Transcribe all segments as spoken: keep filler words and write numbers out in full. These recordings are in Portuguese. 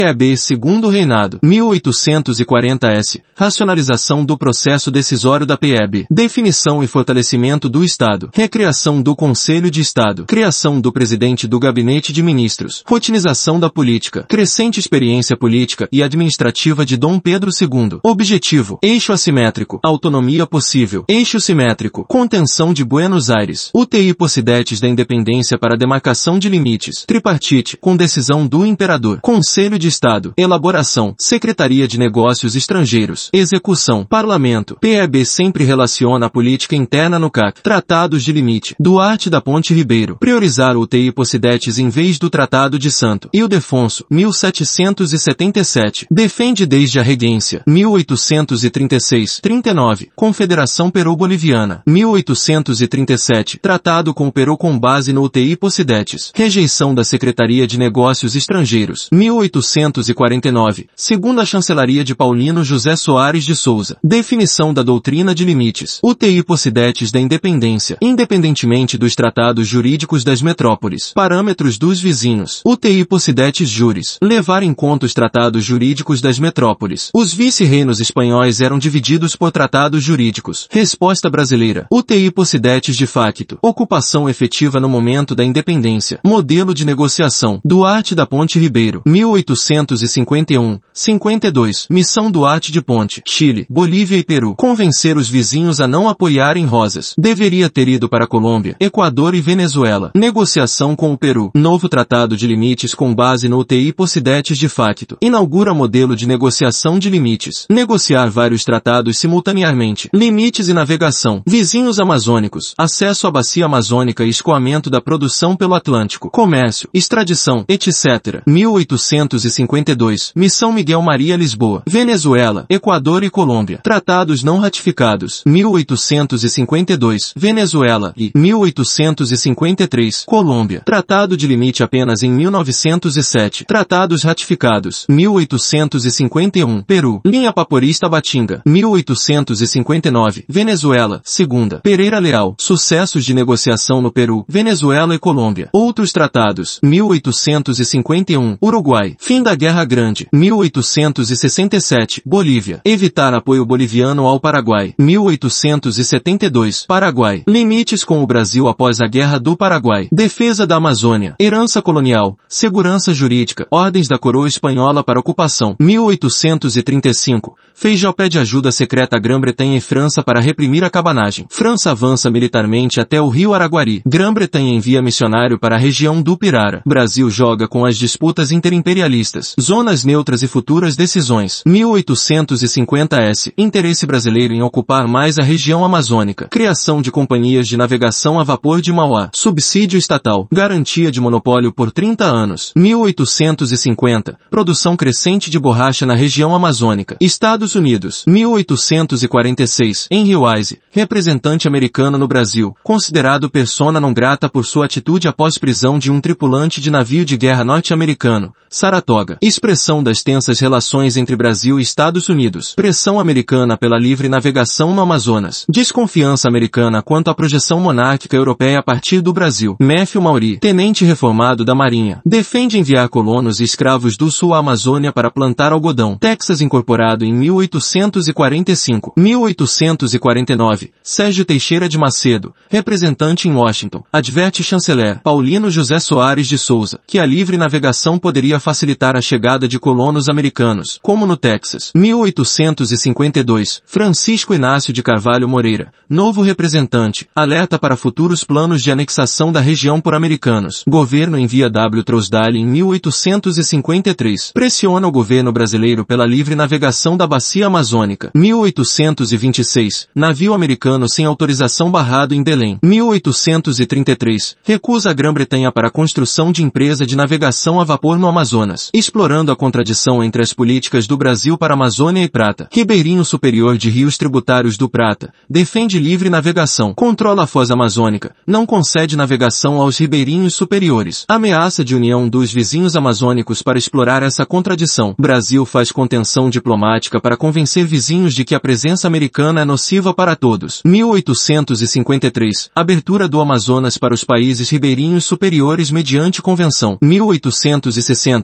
E B Segundo Reinado, mil oitocentos e quarenta S. Racionalização do processo decisório da P E B. Definição e fortalecimento do Estado. Recriação do Conselho de Estado. Criação do Presidente do Gabinete de Ministros. Rotinização da política. Crescente experiência política e administrativa de Dom Pedro segundo. Objetivo. Eixo assimétrico. Autonomia possível. Eixo simétrico. Contenção de Buenos Aires. U T I Possidetes da Independência para demarcação de limites. Tripartite. Com decisão do Imperador. Conselho de Estado. Elaboração. Secretaria de Negócios Estrangeiros. Execução. Parlamento. P E B sempre relaciona a política interna no C A C. Tratados de limite. Duarte da Ponte Ribeiro. Priorizar o U T I Possidetes em vez do Tratado de Santo Ildefonso. mil setecentos e setenta e sete. Defende desde a regência. mil oitocentos e trinta e seis. trinta e nove. Confederação Peru-Boliviana. mil oitocentos e trinta e sete. Tratado com o Peru com base no U T I Possidetes. Rejeição da Secretaria de Negócios Estrangeiros. mil oitocentos e quarenta e nove. Segundo a chancelaria de Paulino José Soares de Souza. Definição da doutrina de limites. U T I Possidetes da Independência. Independentemente dos tratados jurídicos das metrópoles. Parâmetros dos vizinhos. U T I Possidetes Juris. Levar em conta os tratados jurídicos das metrópoles. Os vice-reinos espanhóis eram divididos por tratados jurídicos. Resposta brasileira. U T I Possidetes de facto. Ocupação efetiva no momento da independência. Modelo de negociação. Duarte da Ponte Ribeiro. mil oitocentos e cinquenta e um. cinquenta e dois. Missão Duarte de Ponte. Chile, Bolívia e Peru. Convencer os vizinhos a não apoiarem Rosas. Deveria ter ido para Colômbia, Equador e Venezuela. Negociação com o Peru. Novo tratado de limites com base no U T I Possidetes de facto. Inaugura modelo de negociação de limites. Negociar vários tratados simultaneamente. Limites e navegação. Vizinhos amazônicos. Acesso à bacia amazônica e escoamento da produção pelo Atlântico. Comércio, extradição, etcétera. mil oitocentos e cinquenta e dois. Missão Miguel Maria Lisboa. Venezuela, Equador e Colômbia. Tratados não ratificados. mil oitocentos e cinquenta e dois. Venezuela e mil oitocentos e cinquenta e três. Colômbia. Tratado de limite apenas em mil novecentos e sete. Tratados ratificados. mil oitocentos e cinquenta e um. Peru. Linha Paporista Batinga. mil oitocentos e cinquenta e nove. Venezuela. Segunda. Pereira Leal. Sucessos de negociação no Peru, Venezuela e Colômbia. Outros tratados. mil oitocentos e cinquenta e um. Uruguai. Fim da Guerra Grande. mil oitocentos e sessenta e sete. Bolívia. Evitar apoio boliviano ao Paraguai. mil oitocentos e setenta e dois. Paraguai. Limites com o Brasil após a Guerra do Paraguai. Defesa da Amazônia. Herança colonial. Segurança jurídica. Ordens da Coroa Espanhola para ocupação. mil oitocentos e trinta e cinco. Feijó pede ajuda secreta à Grã-Bretanha e França para reprimir a cabanagem. França avança militarmente até o rio Araguari. Grã-Bretanha envia missionário para a região do Pirara. Brasil joga com as disputas interimperialistas. Zonas neutras e futuras decisões. mil oitocentos e cinquenta S. Interesse brasileiro em ocupar mais a região amazônica. Criação de companhias de navegação a vapor de Mauá. Subsídio estatal. Garantia de monopólio por trinta anos. mil oitocentos e cinquenta. Produção crescente de borracha na região amazônica. Estados Unidos. mil oitocentos e quarenta e seis. Henry Wise, representante americano no Brasil, considerado persona non grata por sua atitude após prisão de um tripulante de navio de guerra norte-americano. Saratoga. Expressão das tensas relações entre Brasil e Estados Unidos. Pressão americana pela livre navegação no Amazonas. Desconfiança americana quanto à projeção monárquica europeia a partir do Brasil. Matthew Maury, tenente reformado da Marinha, defende enviar colonos e escravos do sul à Amazônia para plantar algodão. Texas incorporado em mil oitocentos e quarenta e cinco. mil oitocentos e quarenta e nove. Sérgio Teixeira de Macedo, representante em Washington, adverte chanceler Paulino José Soares de Souza que a livre navegação poderia facilitar a chegada de colonos americanos, como no Texas. mil oitocentos e cinquenta e dois. Francisco Inácio de Carvalho Moreira, novo representante, alerta para futuros planos de anexação da região por americanos. Governo envia W. Trousdale em mil oitocentos e cinquenta e três. Pressiona o governo brasileiro pela livre navegação da bacia amazônica. mil oitocentos e vinte e seis. Navio americano sem autorização barrado em Belém. mil oitocentos e trinta e três. Recusa a Grã-Bretanha para a construção de empresa de navegação a vapor no Amazonas. Explorando a contradição entre as políticas do Brasil para Amazônia e Prata. Ribeirinho Superior de Rios Tributários do Prata. Defende livre navegação. Controla a foz amazônica. Não concede navegação aos ribeirinhos superiores. Ameaça de união dos vizinhos amazônicos para explorar essa contradição. Brasil faz contenção diplomática para convencer vizinhos de que a presença americana é nociva para todos. mil oitocentos e cinquenta e três. Abertura do Amazonas para os países ribeirinhos superiores mediante convenção. mil oitocentos e sessenta.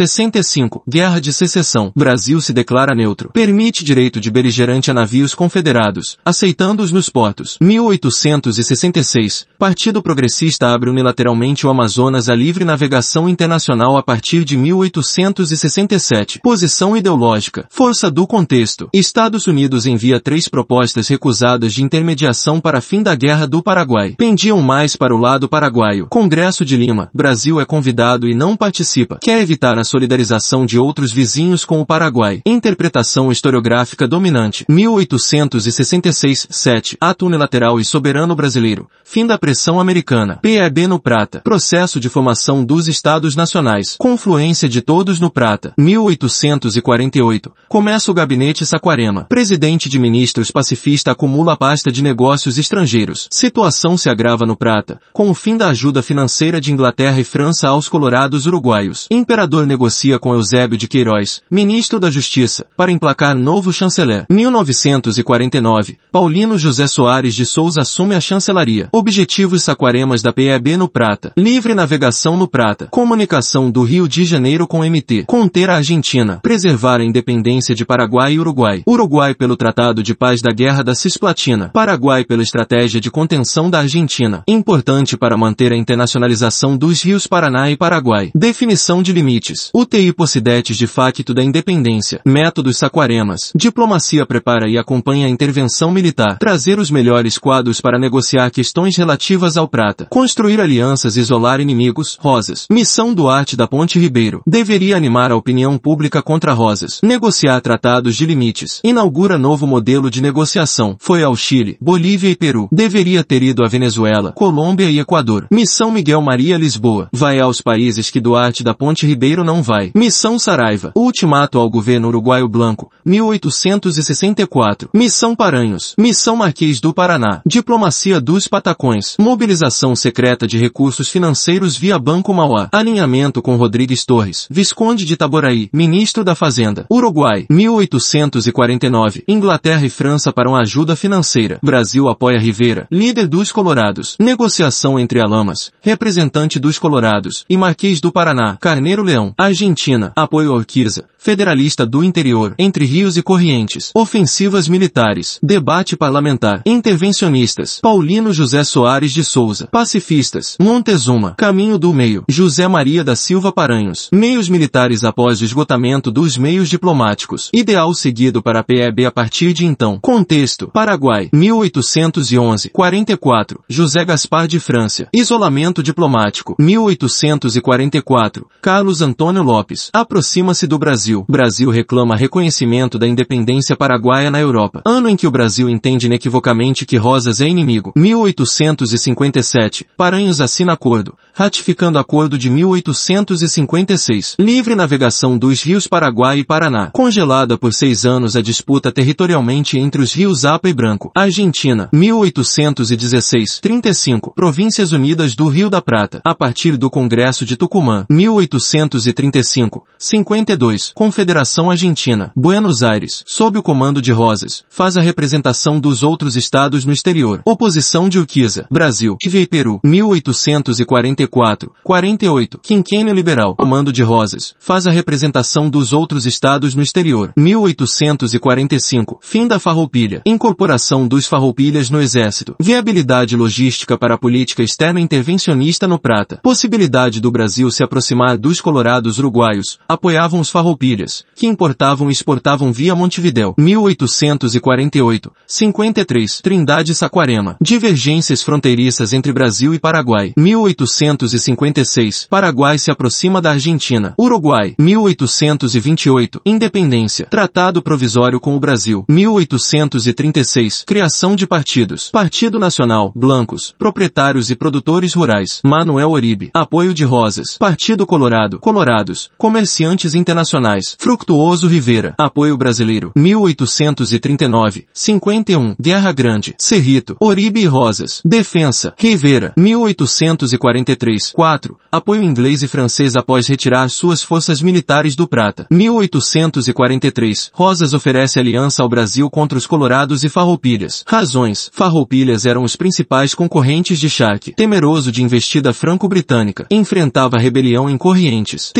sessenta e cinco. Guerra de Secessão. Brasil se declara neutro. Permite direito de beligerante a navios confederados, aceitando-os nos portos. mil oitocentos e sessenta e seis. Partido Progressista abre unilateralmente o Amazonas à livre navegação internacional a partir de mil oitocentos e sessenta e sete. Posição ideológica. Força do contexto. Estados Unidos envia três propostas recusadas de intermediação para fim da Guerra do Paraguai. Pendiam mais para o lado paraguaio. Congresso de Lima. Brasil é convidado e não participa. Quer evitar a solidarização de outros vizinhos com o Paraguai. Interpretação historiográfica dominante. mil oitocentos e sessenta e seis. sete. Ato unilateral e soberano brasileiro. Fim da pressão americana. P E B no Prata. Processo de formação dos Estados Nacionais. Confluência de todos no Prata. mil oitocentos e quarenta e oito. Começa o gabinete Saquarema. Presidente de ministros pacifista acumula a pasta de negócios estrangeiros. Situação se agrava no Prata, com o fim da ajuda financeira de Inglaterra e França aos colorados uruguaios. Imperador negocia com Eusébio de Queiroz, ministro da Justiça, para emplacar novo chanceler. mil novecentos e quarenta e nove. Paulino José Soares de Souza assume a chancelaria. Objetivos Saquaremas da P E B no Prata. Livre navegação no Prata. Comunicação do Rio de Janeiro com M T. Conter a Argentina. Preservar a independência de Paraguai e Uruguai. Uruguai pelo Tratado de Paz da Guerra da Cisplatina. Paraguai pela estratégia de contenção da Argentina. Importante para manter a internacionalização dos rios Paraná e Paraguai. Definição de limites. U T I Possidetes de facto da independência. Métodos Saquaremas. Diplomacia prepara e acompanha a intervenção militar. Trazer os melhores quadros para negociar questões relativas ao Prata. Construir alianças e isolar inimigos. Rosas. Missão Duarte da Ponte Ribeiro. Deveria animar a opinião pública contra Rosas. Negociar tratados de limites. Inaugura novo modelo de negociação. Foi ao Chile, Bolívia e Peru. Deveria ter ido à Venezuela, Colômbia e Equador. Missão Miguel Maria Lisboa. Vai aos países que Duarte da Ponte Ribeiro não vai. Missão Saraiva. Ultimato ao governo uruguaio Blanco. mil oitocentos e sessenta e quatro. Missão Paranhos. Missão Marquês do Paraná. Diplomacia dos Patacões. Mobilização secreta de recursos financeiros via Banco Mauá. Alinhamento com Rodrigues Torres, Visconde de Itaboraí, ministro da Fazenda. Uruguai. mil oitocentos e quarenta e nove. Inglaterra e França para uma ajuda financeira. Brasil apoia Rivera, líder dos Colorados. Negociação entre Alamas, representante dos Colorados, e Marquês do Paraná, Carneiro Leão. Argentina. Apoio Urquiza, federalista do interior, entre Rios e Corrientes. Ofensivas militares. Debate parlamentar. Intervencionistas. Paulino José Soares de Souza. Pacifistas. Montezuma. Caminho do Meio. José Maria da Silva Paranhos. Meios militares após o esgotamento dos meios diplomáticos. Ideal seguido para a P E B a partir de então. Contexto. Paraguai. mil oitocentos e onze. quarenta e quatro. José Gaspar de França. Isolamento diplomático. mil oitocentos e quarenta e quatro. Carlos Antônio Lopes. Aproxima-se do Brasil. Brasil reclama reconhecimento da independência paraguaia na Europa. Ano em que o Brasil entende inequivocamente que Rosas é inimigo. mil oitocentos e cinquenta e sete. Paranhos assina acordo, ratificando acordo de mil oitocentos e cinquenta e seis. Livre navegação dos rios Paraguai e Paraná. Congelada por seis anos a disputa territorialmente entre os rios Apa e Branco. Argentina. mil oitocentos e dezesseis. trinta e cinco. Províncias Unidas do Rio da Prata. A partir do Congresso de Tucumã. mil oitocentos e trinta e cinco. cinquenta e dois. Confederação Argentina. Buenos Aires. Sob o comando de Rosas. Faz a representação dos outros estados no exterior. Oposição de Urquiza. Brasil. Bolívia e Peru. mil oitocentos e quarenta e quatro. quarenta e oito. Quinquênio Liberal. Comando de Rosas. Faz a representação dos outros estados no exterior. mil oitocentos e quarenta e cinco. Fim da Farroupilha. Incorporação dos farroupilhas no Exército. Viabilidade logística para a política externa intervencionista no Prata. Possibilidade do Brasil se aproximar dos colorados uruguaios. Apoiavam os farroupilhas, que importavam e exportavam via Montevidéu. mil oitocentos e quarenta e oito. cinquenta e três. Trindade Saquarema. Divergências fronteiriças entre Brasil e Paraguai. mil oitocentos e cinquenta e seis. Paraguai se aproxima da Argentina. Uruguai. mil oitocentos e vinte e oito. Independência. Tratado provisório com o Brasil. mil oitocentos e trinta e seis. Criação de partidos. Partido Nacional. Blancos. Proprietários e produtores rurais. Manuel Oribe. Apoio de Rosas. Partido Colorado. Colorados. Comerciantes internacionais. Fructuoso Rivera. Apoio brasileiro. mil oitocentos e trinta e nove. cinquenta e um. Guerra Grande. Cerrito. Oribe e Rosas. Defensa. Rivera. mil oitocentos e quarenta e três. quatro. Apoio inglês e francês após retirar suas forças militares do Prata. mil oitocentos e quarenta e três. Rosas oferece aliança ao Brasil contra os colorados e farroupilhas. Razões. Farroupilhas eram os principais concorrentes de Shark. Temeroso de investida franco-britânica. Enfrentava rebelião em Corrientes. Terror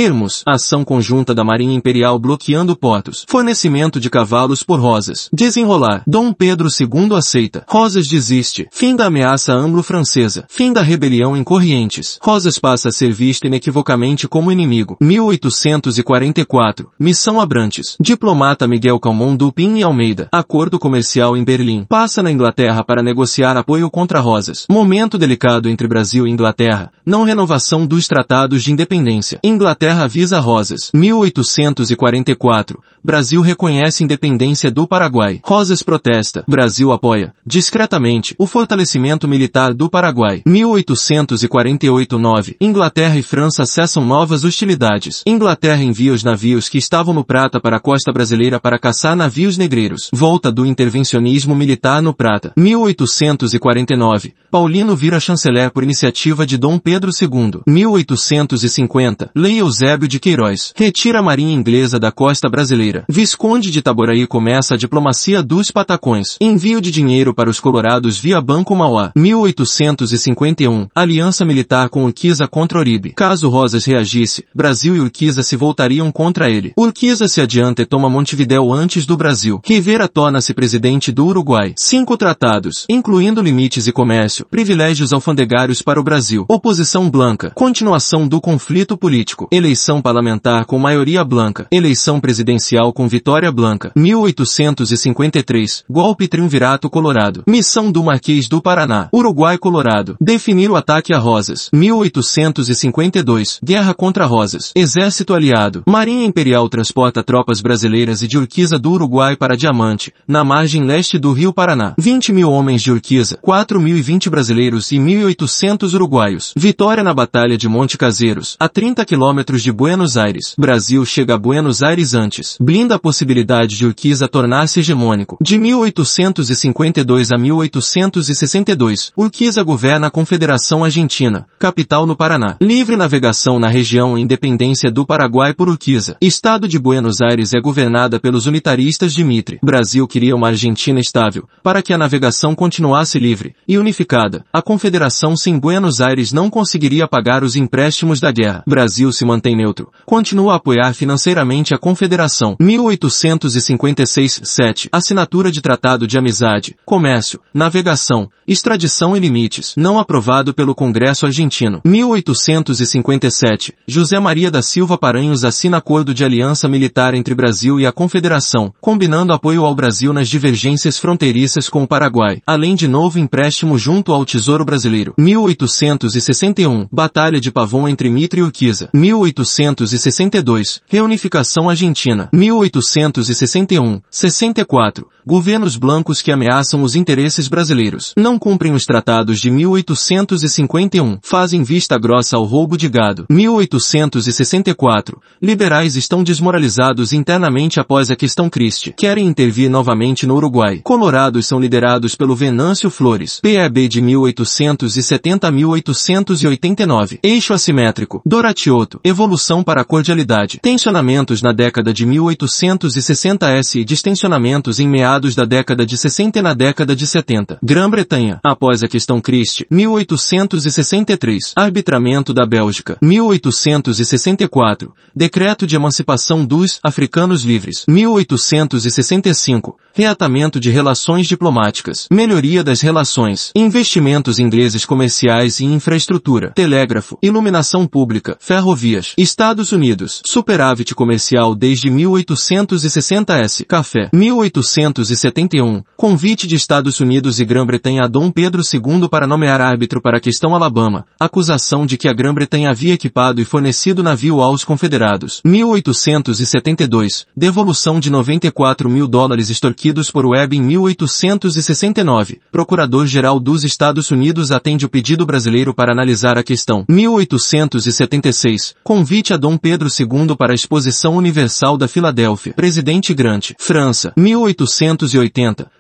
Termos: ação conjunta da Marinha Imperial bloqueando portos. Fornecimento de cavalos por Rosas. Desenrolar: Dom Pedro segundo aceita. Rosas desiste. Fim da ameaça anglo-francesa. Fim da rebelião em Corrientes. Rosas passa a ser vista inequivocamente como inimigo. mil oitocentos e quarenta e quatro. Missão Abrantes. Diplomata Miguel Calmon Dupin e Almeida. Acordo comercial em Berlim. Passa na Inglaterra para negociar apoio contra Rosas. Momento delicado entre Brasil e Inglaterra. Não renovação dos tratados de independência. Inglaterra avisa Rosas. mil oitocentos e quarenta e quatro. Brasil reconhece independência do Paraguai. Rosas protesta. Brasil apoia, discretamente, o fortalecimento militar do Paraguai. mil oitocentos e quarenta e oito nove. Inglaterra e França cessam novas hostilidades. Inglaterra envia os navios que estavam no Prata para a costa brasileira para caçar navios negreiros. Volta do intervencionismo militar no Prata. mil oitocentos e quarenta e nove. Paulino vira chanceler por iniciativa de Dom Pedro segundo. mil oitocentos e cinquenta. Lei Eusébio de Queiroz. Retira a marinha inglesa da costa brasileira. Visconde de Itaboraí começa a diplomacia dos Patacões. Envio de dinheiro para os colorados via Banco Mauá. mil oitocentos e cinquenta e um. Aliança militar com Urquiza contra Oribe. Caso Rosas reagisse, Brasil e Urquiza se voltariam contra ele. Urquiza se adianta e toma Montevidéu antes do Brasil. Rivera torna-se presidente do Uruguai. Cinco tratados, incluindo limites e comércio, privilégios alfandegários para o Brasil. Oposição blanca. Continuação do conflito político. Eleição parlamentar com maioria blanca. Eleição presidencial com vitória blanca. mil oitocentos e cinquenta e três. Golpe Triunvirato Colorado. Missão do Marquês do Paraná. Uruguai Colorado. Definir o ataque a Rosas. mil oitocentos e cinquenta e dois. Guerra contra Rosas. Exército aliado. Marinha Imperial transporta tropas brasileiras e de Urquiza do Uruguai para Diamante, na margem leste do Rio Paraná. vinte mil homens de Urquiza, quatro mil e vinte brasileiros e mil e oitocentos uruguaios. Vitória na Batalha de Monte Caseiros, a trinta quilômetros de Buenos Aires. Brasil chega a Buenos Aires antes. Blinda a possibilidade de Urquiza tornar-se hegemônico. De mil oitocentos e cinquenta e dois a mil oitocentos e sessenta e dois, Urquiza governa a Confederação Argentina, capital no Paraná. Livre navegação na região e independência do Paraguai por Urquiza. Estado de Buenos Aires é governada pelos unitaristas de Mitre. Brasil queria uma Argentina estável, para que a navegação continuasse livre e unificada. A Confederação sem Buenos Aires não conseguiria pagar os empréstimos da guerra. Brasil se mantém neutro. Continua a apoiar financeiramente a Confederação. mil oitocentos e cinquenta e seis sete. Assinatura de Tratado de Amizade, Comércio, Navegação, Extradição e Limites, não aprovado pelo Congresso argentino. mil oitocentos e cinquenta e sete. José Maria da Silva Paranhos assina acordo de aliança militar entre Brasil e a Confederação, combinando apoio ao Brasil nas divergências fronteiriças com o Paraguai, além de novo empréstimo junto ao Tesouro Brasileiro. mil oitocentos e sessenta e um. Batalha de Pavão entre Mitre e Urquiza. mil oitocentos e sessenta e dois. Reunificação Argentina. mil oitocentos e sessenta e um. sessenta e quatro. Governos blancos que ameaçam os interesses brasileiros. Não cumprem os tratados de mil oitocentos e cinquenta e um. Fazem vista grossa ao roubo de gado. mil oitocentos e sessenta e quatro. Liberais estão desmoralizados internamente após a questão Christie. Querem intervir novamente no Uruguai. Colorados são liderados pelo Venâncio Flores. P E B de mil oitocentos e setenta a mil oitocentos e oitenta e nove. Eixo assimétrico. Doratioto. Evolução para a cordialidade. Tensionamentos na década de mil oitocentos e sessenta S e distensionamentos em meados da década de sessenta e na década de setenta. Grã-Bretanha. Após a questão Christie. mil oitocentos e sessenta e três. Arbitramento da Bélgica. mil oitocentos e sessenta e quatro. Decreto de emancipação dos africanos livres. mil oitocentos e sessenta e cinco. Reatamento de relações diplomáticas. Melhoria das relações. Investimentos ingleses comerciais e infraestrutura. Telégrafo. Iluminação pública. Ferrovias. Estados Unidos. Superávit comercial desde mil oitocentos e sessenta S. Café. mil oitocentos e setenta e um. Convite de Estados Unidos e Grã-Bretanha a Dom Pedro segundo para nomear árbitro para a questão Alabama. Acusação de que a Grã-Bretanha havia equipado e fornecido navio aos confederados. mil oitocentos e setenta e dois. Devolução de noventa e quatro mil dólares extorquidos por Webb em mil oitocentos e sessenta e nove. Procurador-Geral dos Estados Unidos atende o pedido brasileiro para analisar a questão. mil oitocentos e setenta e seis. Convite a Dom Pedro segundo para a Exposição Universal da Filadélfia. Presidente Grant. França. mil oitocentos e oitenta.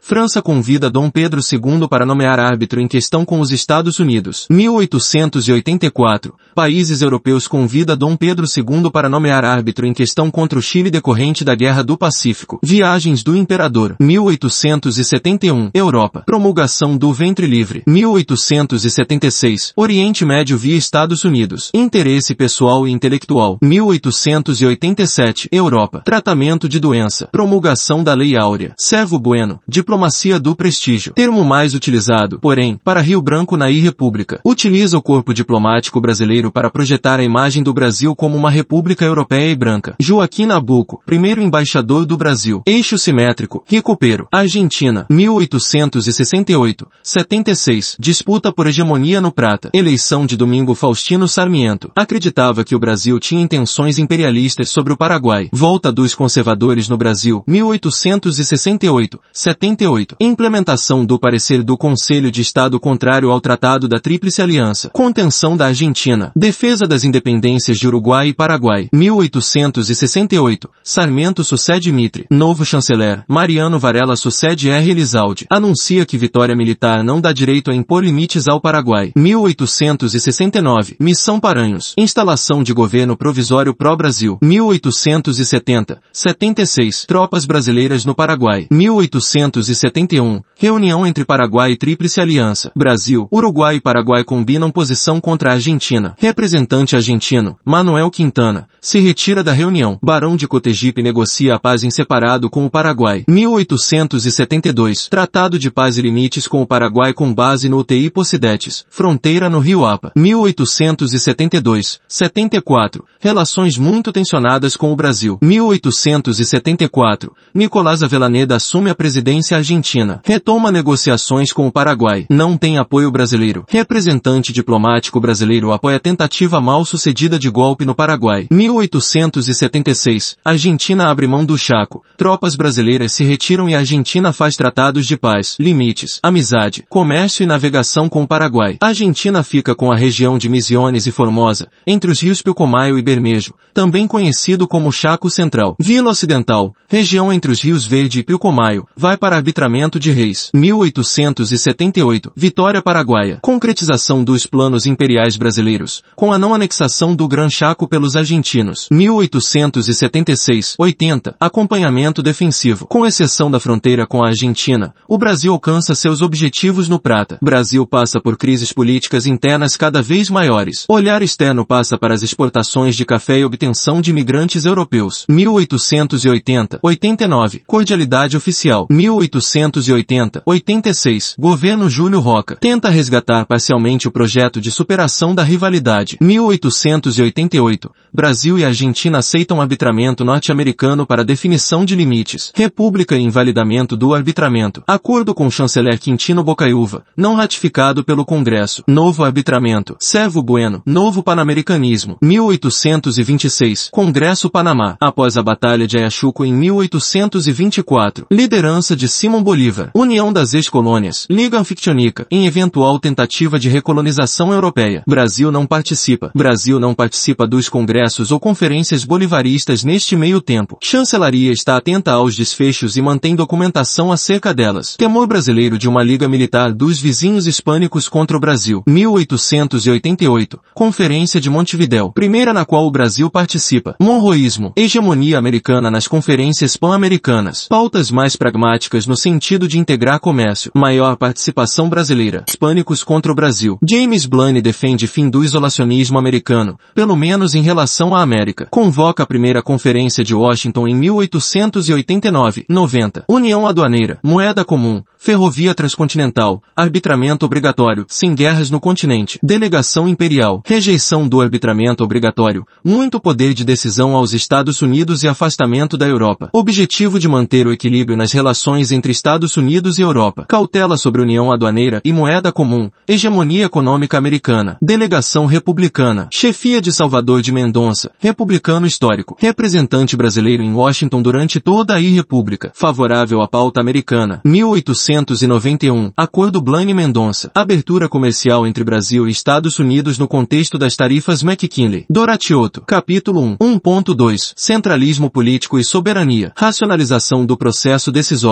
França convida Dom Pedro segundo para nomear árbitro em questão com os Estados Unidos. mil oitocentos e oitenta e quatro. Países europeus convida Dom Pedro segundo para nomear árbitro em questão contra o Chile decorrente da Guerra do Pacífico. Viagens do Imperador. mil oitocentos e setenta e um. Europa. Promulgação do ventre livre. mil oitocentos e setenta e seis. Oriente Médio via Estados Unidos. Interesse pessoal e intelectual. mil oitocentos e oitenta e sete. Europa. Tratamento de doença. Promulgação da Lei Áurea. Servo Bueno. Diplomacia do prestígio. Termo mais utilizado, porém, para Rio Branco na I-República. Utiliza o corpo diplomático brasileiro para projetar a imagem do Brasil como uma república europeia e branca. Joaquim Nabuco, primeiro embaixador do Brasil. Eixo simétrico. Recupero. Argentina. mil oitocentos e sessenta e oito. setenta e seis. Disputa por hegemonia no Prata. Eleição de Domingo Faustino Sarmiento. Acreditava que o Brasil tinha intenções imperialistas sobre o Paraguai. Volta dos conservadores no Brasil. mil oitocentos e sessenta e oito. setenta e oito. Implementação do parecer do Conselho de Estado contrário ao Tratado da Tríplice Aliança. Contenção da Argentina. Defesa das independências de Uruguai e Paraguai. mil oitocentos e sessenta e oito. Sarmiento sucede Mitre. Novo chanceler. Mariano Varela sucede R. Elizalde. Anuncia que vitória militar não dá direito a impor limites ao Paraguai. mil oitocentos e sessenta e nove. Missão Paranhos. Instalação de governo provisório pró-Brasil. mil oitocentos e setenta. setenta e seis. Tropas brasileiras no Paraguai. mil oitocentos e setenta e um. Reunião entre Paraguai e Tríplice Aliança. Brasil, Uruguai e Paraguai combinam posição contra a Argentina. Representante argentino, Manuel Quintana, se retira da reunião. Barão de Cotegipe negocia a paz em separado com o Paraguai. mil oitocentos e setenta e dois. Tratado de paz e limites com o Paraguai com base no U T I Pocidetes. Fronteira no Rio Apa. mil oitocentos e setenta e dois. setenta e quatro. Relações muito tensionadas com o Brasil. mil oitocentos e setenta e quatro. Nicolás Avellaneda assume a presidência argentina. Retoma negociações com o Paraguai. Não tem apoio brasileiro. Representante diplomático brasileiro apoia tentativa mal sucedida de golpe no Paraguai. mil oitocentos e setenta e seis. Argentina abre mão do Chaco. Tropas brasileiras se retiram e a Argentina faz tratados de paz, limites, amizade, comércio e navegação com o Paraguai. A Argentina fica com a região de Misiones e Formosa, entre os rios Pilcomayo e Bermejo, também conhecido como Chaco Central. Vila Ocidental, região entre os rios Verde e Pilcomayo, vai para arbitramento de reis. mil oitocentos e setenta e oito. Vitória Paraguaia. Concretização dos planos imperiais brasileiros, com a não anexação do Gran Chaco pelos argentinos. mil oitocentos e setenta e seis. oitenta. Acompanhamento defensivo. Com exceção da fronteira com a Argentina, o Brasil alcança seus objetivos no Prata. Brasil passa por crises políticas internas cada vez maiores. Olhar externo passa para as exportações de café e obtenção de imigrantes europeus. mil oitocentos e oitenta. oitenta e nove. Cordialidade oficial. mil oitocentos e oitenta. oitenta e seis. Governo Júlio Roca. Tenta resgatar parcialmente o projeto de superação da rivalidade. mil oitocentos e oitenta e oito. Brasil e Argentina aceitam arbitramento norte-americano para definição de limites. República e invalidamento do arbitramento. Acordo com o chanceler Quintino Bocaiúva, não ratificado pelo Congresso. Novo arbitramento. Servo Bueno. Novo panamericanismo. mil oitocentos e vinte e seis. Congresso Panamá. Após a Batalha de Ayacucho em mil oitocentos e vinte e quatro. Liderança de Simão Bolívar. União das ex-colônias. Liga Anfictioníca. Em eventual tentativa de recolonização europeia. Brasil não participa. Brasil não participa dos congressos ou conferências bolivaristas neste meio tempo. Chancelaria está atenta aos desfechos e mantém documentação acerca delas. Temor brasileiro de uma liga militar dos vizinhos hispânicos contra o Brasil. mil oitocentos e oitenta e oito. Conferência de Montevidéu. Primeira na qual o Brasil participa. Monroísmo. Hegemonia americana nas conferências pan-americanas. Pautas mais pragmáticas no sentido de integrar comércio. Maior participação brasileira. Hispânicos contra o Brasil. James Blaine defende fim do isolacionismo americano, pelo menos em relação à América. Convoca a primeira conferência de Washington em mil oitocentos e oitenta e nove. noventa. União aduaneira. Moeda comum. Ferrovia transcontinental. Arbitramento obrigatório. Sem guerras no continente. Delegação imperial. Rejeição do arbitramento obrigatório. Muito poder de decisão aos Estados Unidos e afastamento da Europa. Objetivo de manter o equilíbrio nas relações entre Estados Unidos e Europa. Cautela sobre união aduaneira e moeda comum. Hegemonia econômica americana. Delegação republicana. Chefia de Salvador de Mendonça. Republicano histórico. Representante brasileiro em Washington durante toda a I-República. Favorável à pauta americana. mil oitocentos e noventa e um. Acordo Blaine-Mendonça. Abertura comercial entre Brasil e Estados Unidos no contexto das tarifas McKinley. Doratioto. Capítulo um. um ponto dois. Centralismo político e soberania. Racionalização do processo decisório. Fim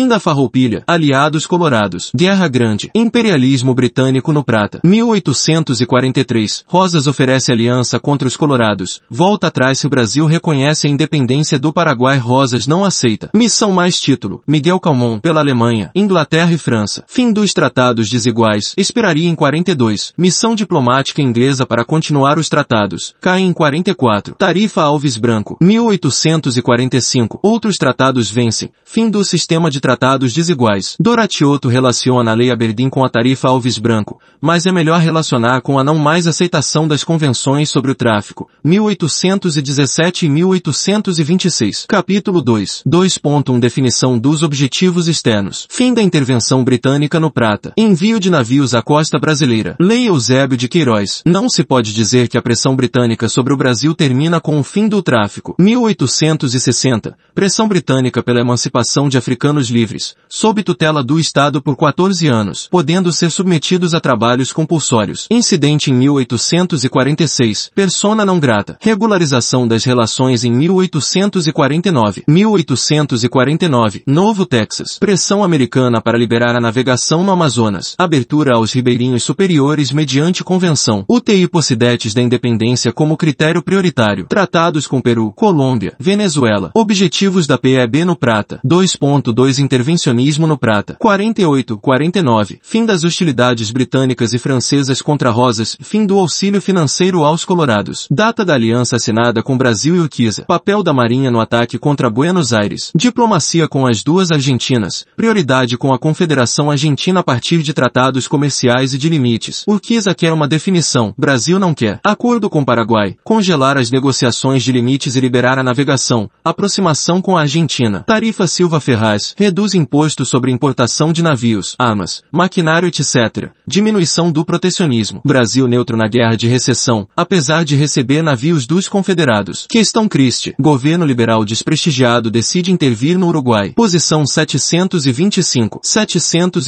Fim da Farroupilha, aliados colorados, Guerra Grande, imperialismo britânico no Prata, mil oitocentos e quarenta e três, Rosas oferece aliança contra os colorados, volta atrás se o Brasil reconhece a independência do Paraguai, Rosas não aceita, missão mais título, Miguel Calmon, pela Alemanha, Inglaterra e França, fim dos tratados desiguais, esperaria em quarenta e dois, missão diplomática inglesa para continuar os tratados, cai em quarenta e quatro, Tarifa Alves Branco, mil oitocentos e quarenta e cinco, outros tratados vencem, fim do sistema de tratados desiguais. Doratioto relaciona a Lei Aberdeen com a Tarifa Alves Branco, mas é melhor relacionar com a não mais aceitação das convenções sobre o tráfico, mil oitocentos e dezessete e mil oitocentos e vinte e seis. Capítulo dois. dois ponto um Definição dos objetivos externos. Fim da intervenção britânica no Prata. Envio de navios à costa brasileira. Lei Eusébio de Queiroz. Não se pode dizer que a pressão britânica sobre o Brasil termina com o fim do tráfico. mil oitocentos e sessenta. Pressão britânica pela emancipação de africanos livres, sob tutela do Estado por quatorze anos, podendo ser submetidos a trabalhos compulsórios. Incidente em mil oitocentos e quarenta e seis. Persona não grata. Regularização das relações em mil oitocentos e quarenta e nove. mil oitocentos e quarenta e nove. Novo Texas. Pressão americana para liberar a navegação no Amazonas. Abertura aos ribeirinhos superiores mediante convenção. U T I Possidetes da independência como critério prioritário. Tratados com Peru, Colômbia, Venezuela. Objetivos da P E B no Prata. dois ponto dois Intervencionismo no Prata. quarenta e oito, quarenta e nove. Fim das hostilidades britânicas e francesas contra Rosas. Fim do auxílio financeiro aos colorados. Data da aliança assinada com Brasil e Urquiza. Papel da Marinha no ataque contra Buenos Aires. Diplomacia com as duas Argentinas. Prioridade com a Confederação Argentina a partir de tratados comerciais e de limites. Urquiza quer uma definição. Brasil não quer. Acordo com Paraguai. Congelar as negociações de limites e liberar a navegação. Aproximação com a Argentina. Tarifa Silva Ferraz. Reduz imposto sobre importação de navios, armas, maquinário etcétera. Diminuição do protecionismo. Brasil neutro na guerra de recessão, apesar de receber navios dos confederados. Questão Christie. Governo liberal desprestigiado decide intervir no Uruguai. Posição setecentos e vinte e cinco. setecentos